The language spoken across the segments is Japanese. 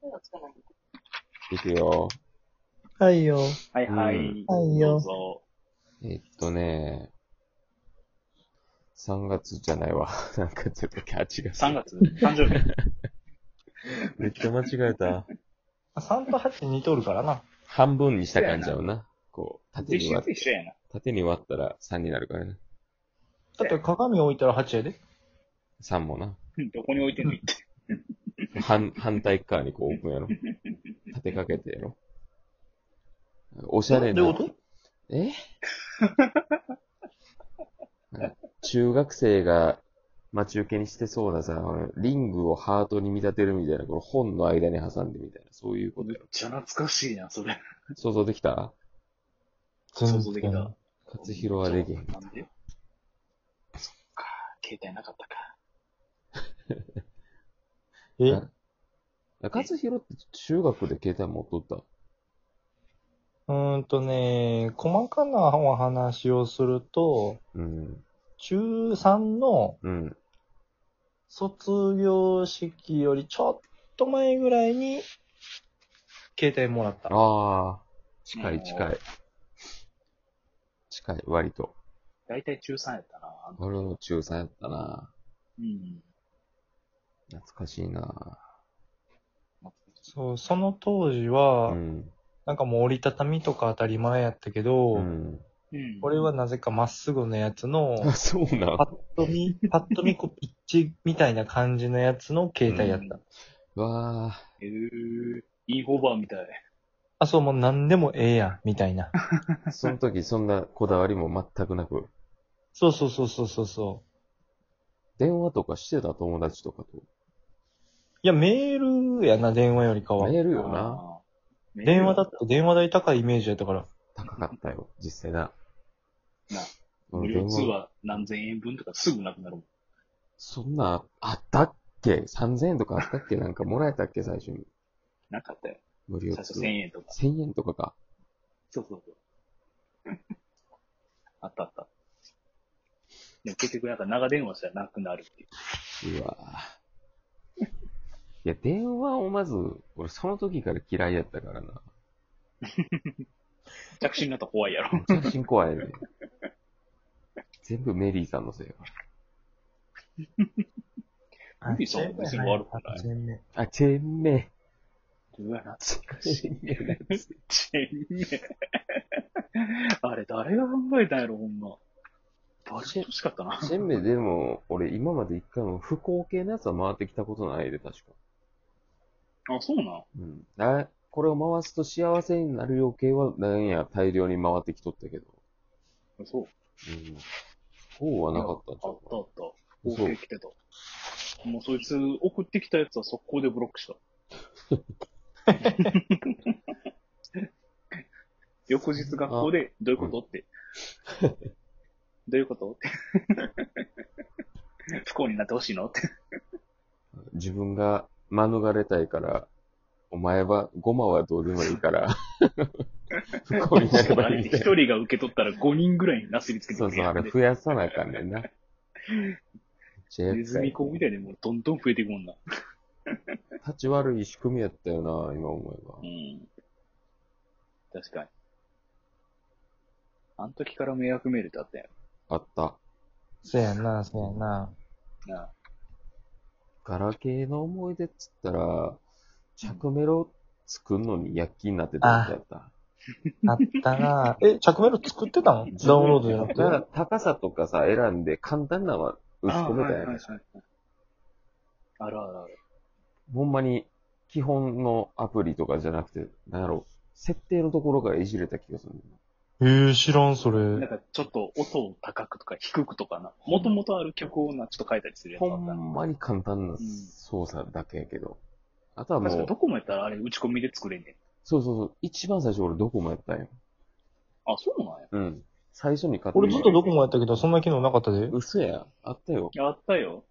いくよ。 はいよ。 はいはうい。 はいよ。 どうぞ。 3月じゃないわ。なんかちょっとキャッチが。 3月誕生日。 めっちゃ間違えた。 3と8似とるからな。 半分にした感じちゃうな。こう、縦に実割っ質一緒やな。 縦に割ったら3になるからね。 だって鏡置いたら8やで。 3もな。 どこに置いてんのって。 反対側にこう置くんやろ。立てかけてやろ。おしゃれな。 どういうこと？ え中学生が待ち受けにしてそうなさ、リングをハートに見立てるみたいな、この本の間に挟んでみたいな、そういうことめっやろ。 ちゃ懐かしいな、それ。 想像できた？ 想像できた。 勝弘はできへん。 なんで？そっか、携帯なかったか。 え勝弘って中学で携帯持っとった？ 細かなお話をすると、 うん。 中3のうん。 卒業式よりちょっと前ぐらいに、携帯もらった。 ああ、近い近い。近い、割と。 だいたい中3やったな。 俺も中3やったな。 うん。 懐かしいな。 そう、その当時は、 うん。 なんかもう折りたたみとか当たり前やったけど、 うん。 うん。 俺はなぜかまっすぐのやつの、 あ、そうなん。 パッと見こう一致みたいな感じのやつの携帯やった。 わあ、 インフォバーみたい。 あ、そう、もう何でもええやん、みたいな。 その時そんなこだわりも全くなく、 そうそうそうそうそうそう。 電話とかしてた友達とかと。 いや、メールやな、電話よりかは。 メールよな。 あー。 電話だって電話代高いイメージやったから。 高かったよ、実際な。 な、 うん無料通話何千円分とかすぐなくなるもん。 そんな、あったっけ？ 3000 円とかあったっけ？なんかもらえたっけ最初に。 なかったよ。 無料最初通 1000円とか。 1000円とかか。 そうそうそう。あったあった。でも結局なんか長電話したらなくなるっていう。 うわぁ。いや、電話をまず、俺その時から嫌いやったからな。 着信になったら怖いやろ。 写真怖いね。全部メリーさんのせいやから。 メリーさんは別に悪くない全然あ、チェーンメうわ、懐かしい。 チェーンメのやつチェンメ。あれ、誰が考えたんやろ、ほんま。バリ欲しかったな。 チェーンメでも、俺今まで一回も不幸系のやつは回ってきたことないで、確か。 あ、そうなんうん。これを回すと幸せになる余計は、なんや、大量に回ってきとったけど。 そう。 うん。不幸はなかったんちゃあうかったあった。 嘘 OK 来てた。もうそいつ送ってきたやつは速攻でブロックした。翌日学校で、どういうことって。どういうことって。不幸になってほしいのって。 自分が免れたいから、お前は、ゴマはどうでもいいから、不幸になればいいみたいな。 一人が受け取ったら5人ぐらいになすりつけてそうそう、あれ増やさなあかんねんな。 ネズミ子みたいでもうどんどん増えていくもんな。 立ち悪い仕組みやったよな、今思えば。 うん。確かに。あの時から迷惑メールってあったやあった。 そうやな、そうやな。 ろ。なあ。 ガラケーの思い出っつったら、着メロ作んのに躍起になってた時やった。 あったな。着メロ作ってたの？ダウンロードじゃなくて。 だから高さとかさ、選んで簡単なのは打ち込めたやん。 はいはいはい。あるあるある。 ほんまに基本のアプリとかじゃなくて、なんやろ、設定のところからいじれた気がする。 知らん、そなんれ。 かちょっと音を高くとか低くとかな。もともとある曲をな、ちょっと変えたりするやつほあったな。 んまに簡単な操作だけやけど。あとはもう、 確かどこもやったらあれ打ち込みで作れんねん。 そうそうそう、一番最初俺ドコモやったんよ。 あ、そうなんや。 うん。最初に買った。 俺ずっとドコモやったけど、そんな機能なかったで。 嘘や。あったよ。 あったよ。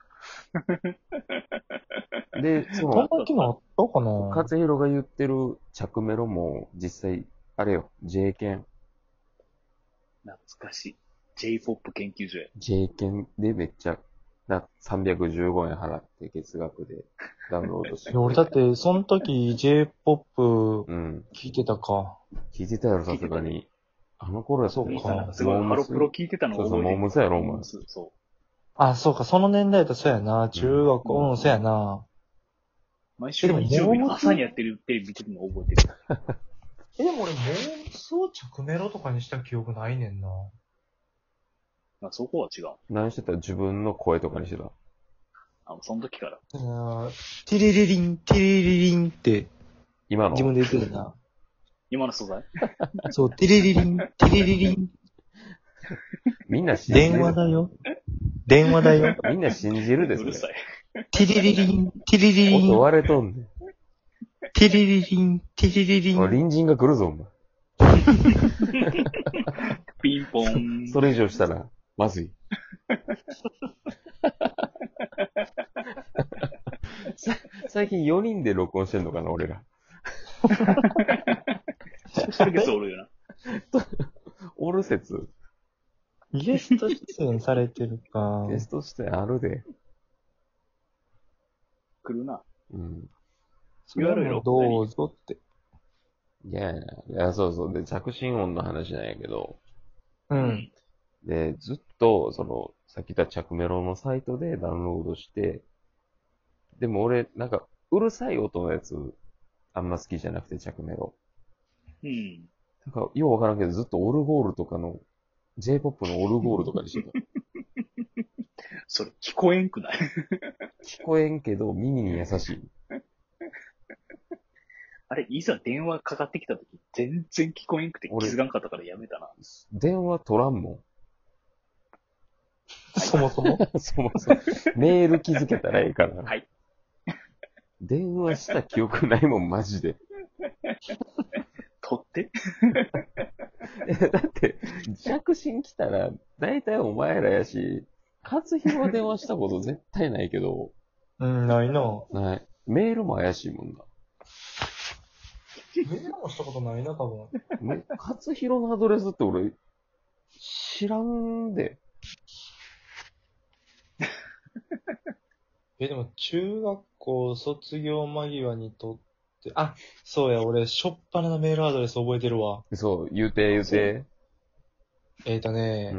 で、そそんの、 な機能あったかな？ 勝弘が言ってる着メロも、実際、あれよ、J 研。 懐かしい。J-POP 研究所や。 J 研でめっちゃ 315円払って月額でダウンロードして。 俺だって、その時 J-POP うん。 聞いてたか。 聞いてたやろ、さすがに。あの頃やったそうか兄さんなんかすごいハロプロ聞いてたのそうそう、 覚えてる。 モームスやろ、お前モーム。スそう。 あ、そうか、その年代だとそうやな。中学校、そうやな。 毎週でも日曜日のモームス朝にやってるテレビ見てるの覚えてる。 でも俺、モームスを着メロとかにした記憶ないねんな。 まあそこは違う。 何してたら自分の声とかにしてた。 もうその時から。 ティリリリン、ティリリリンって今の。 自分で言ってたな。 今の素材そう、ティリリリン、ティリリリン。 みんな信じる。 電話だよ。電話だよ。 みんな信じるですね。 うるさい。 ティリリリン、ティリリリン。 音割れとんねん。 ティリリリン、ティリリリン。 隣人が来るぞ、お前。 ピンポン。 それ以上したら、まずい。最近4人で録音してんのかな、俺ら。 一人おるよな。 おる説。 ゲスト出演されてるか。 ゲスト出演あるで。 来るな。 うん。 それはもうどうぞって。 いや、そうそう。で、着信音の話なんやけど、 うん。 で、ずっと、さっき言った着メロのサイトでダウンロードして、でも俺、なんか、うるさい音のやつ、あんま好きじゃなくて、着メロ。 うん。 なんか、ようわからんけど、ずっとオルゴールとかの、J-POP のオルゴールとかにしてた。 それ聞こえんくない？ 聞こえんけど、耳に優しい。 あれ、いざ電話かかってきた時、全然聞こえんくて気づかんかったからやめたな。 電話取らんもん。 そもそもそもそも。メール気づけたらいいから。 はい。 電話した記憶ないもん、マジで。 取ってだって、着信来たら、だいたいお前らやし、勝弘は電話したこと絶対ないけど、 うん、ないな。 ない。メールも怪しいもんな。 メールもしたことないな、多分。 勝弘のアドレスって俺、知らんで。 でも中学校卒業間際にとって、あ、そうや、俺、しょっぱなのメールアドレス覚えてるわ。 そう、言うて。うん。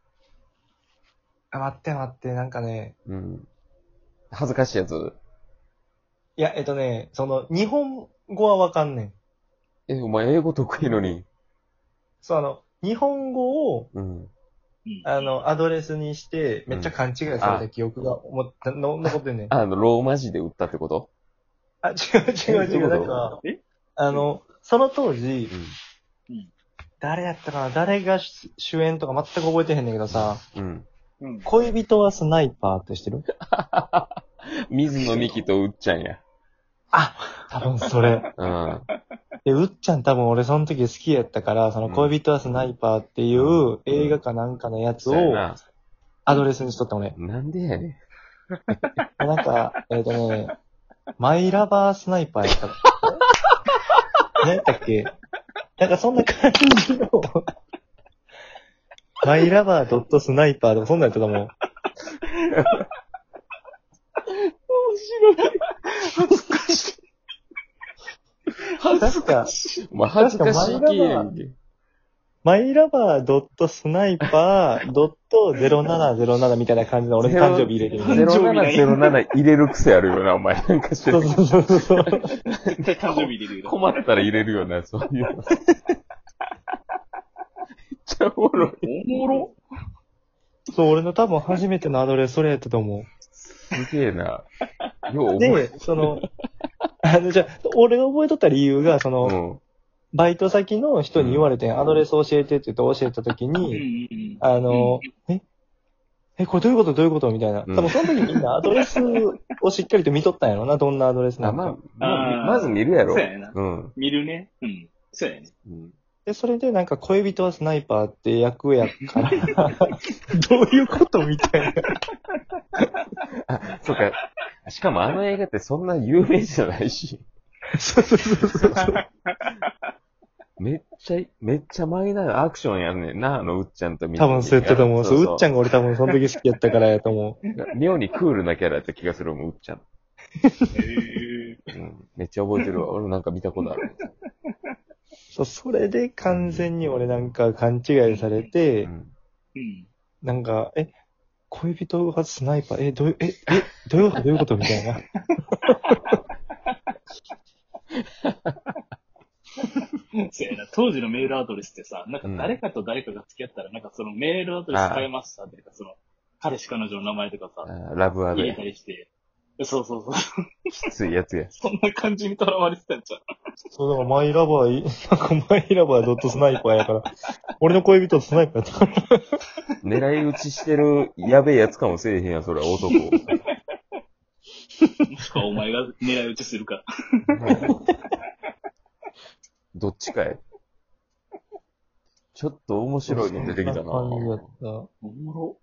待って、なんかね、 うん。恥ずかしいやつ。 いや、日本語はわかんねん。 お前英語得意のに。 そう、日本語を、 うん。 アドレスにして、めっちゃ勘違いされた記憶が残ってんねん。 ローマ字で打ったってこと？ 違う。なんか、その当時、誰やったかな、誰が主演とか全く覚えてへんねんけどさ、恋人はスナイパーって知ってる？ 水野美紀とうっちゃんや。 多分それ。で、うっちゃん多分俺その時好きやったから、その恋人はスナイパーっていう映画かなんかのやつをアドレスにしとった俺。 なんでやねん。なんか、マイラバースナイパーやった。何やったっけ？なんかそんな感じの、マイラバードットスナイパーとかそんなんやったと思う。 面白い。恥ずかしい。まあ、恥ずかしい系やんけ。 マイラバードットスナイパードット0707みたいな感じの俺の誕生日入れてる。 0707入れる癖あるよな、お前。なんかしてる。 そう。 絶対誕生日入れるよ。 困ったら入れるよな、そういうの。めっちゃおもろい。 おもろ？ そう、俺の多分初めてのアドレスそれやったと思う。 すげえな。ようで、じゃあ、俺が覚えとった理由が、バイト先の人に言われて、アドレス教えてって言って教えたときに、これどういうことみたいな。多分その時みんなアドレスをしっかりと見とったんやろな、どんなアドレスなのか。 まず見るやろ。 そうやな。見るね。そうやね。 で、それでなんか恋人はスナイパーって役やから、どういうことみたいな。 そうか。しかもあの映画ってそんな有名じゃないし。 そう。 めっちゃマイナーなアクションやんねんな、うっちゃんとみんな。多分そう言ったと思う。そう、うっちゃんが俺多分その時好きやったからやと思う。妙にクールなキャラやった気がするもん、うっちゃん。めっちゃ覚えてるわ。俺もなんか見たことある。 そう、それで完全に俺なんか勘違いされて、なんか、恋人がスナイパー、どういうことみたいな。 そうやな、当時のメールアドレスってさ、なんか誰かと誰かが付き合ったら、なんかそのメールアドレス変えましたっていうか、その、彼氏彼女の名前とかさ、 ラブアド入れたりして、そう。 きついやつや。 そんな感じにとらわれてたんちゃう。 そう、だからマイラバー、マイラバードットスナイパーやから、俺の恋人スナイパーやったから。 狙い撃ちしてるやべえやつかもせえへんやん、それは男。もしくはお前が狙い撃ちするから。 どっちかい。ちょっと面白いの出てきたな。 おもろ。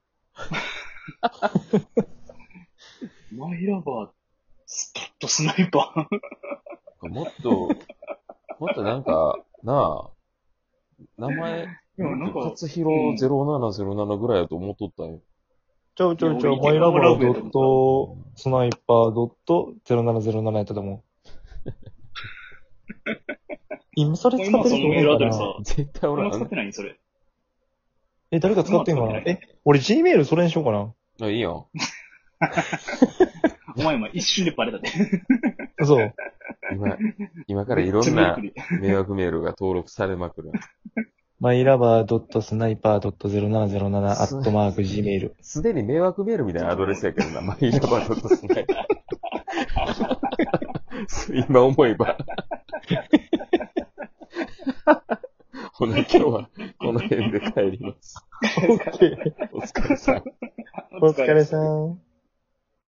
マイラバー、スタッドスナイパー。もっとなんか、なあ、名前、勝弘0707ぐらいやと思っとったよ。 マイラバードットスナイパードット0707やったと思う。今それ使ってる人おるんかな？ 絶対俺使ってないそれ。 誰か使ってんかな？俺 Gmail それにしようかな。 いいよ。 お前一瞬でバレたで。 そう。 今からいろんな迷惑メールが登録されまくる。 マイラバードットスナイパードット0707アットマーク Gmail。 すでに迷惑メールみたいなアドレスやけどな、マイラバードットスナイパー。今思えば。ほな、今日はこの辺で帰ります。 オッケー。 お疲れさん。 お疲れさん。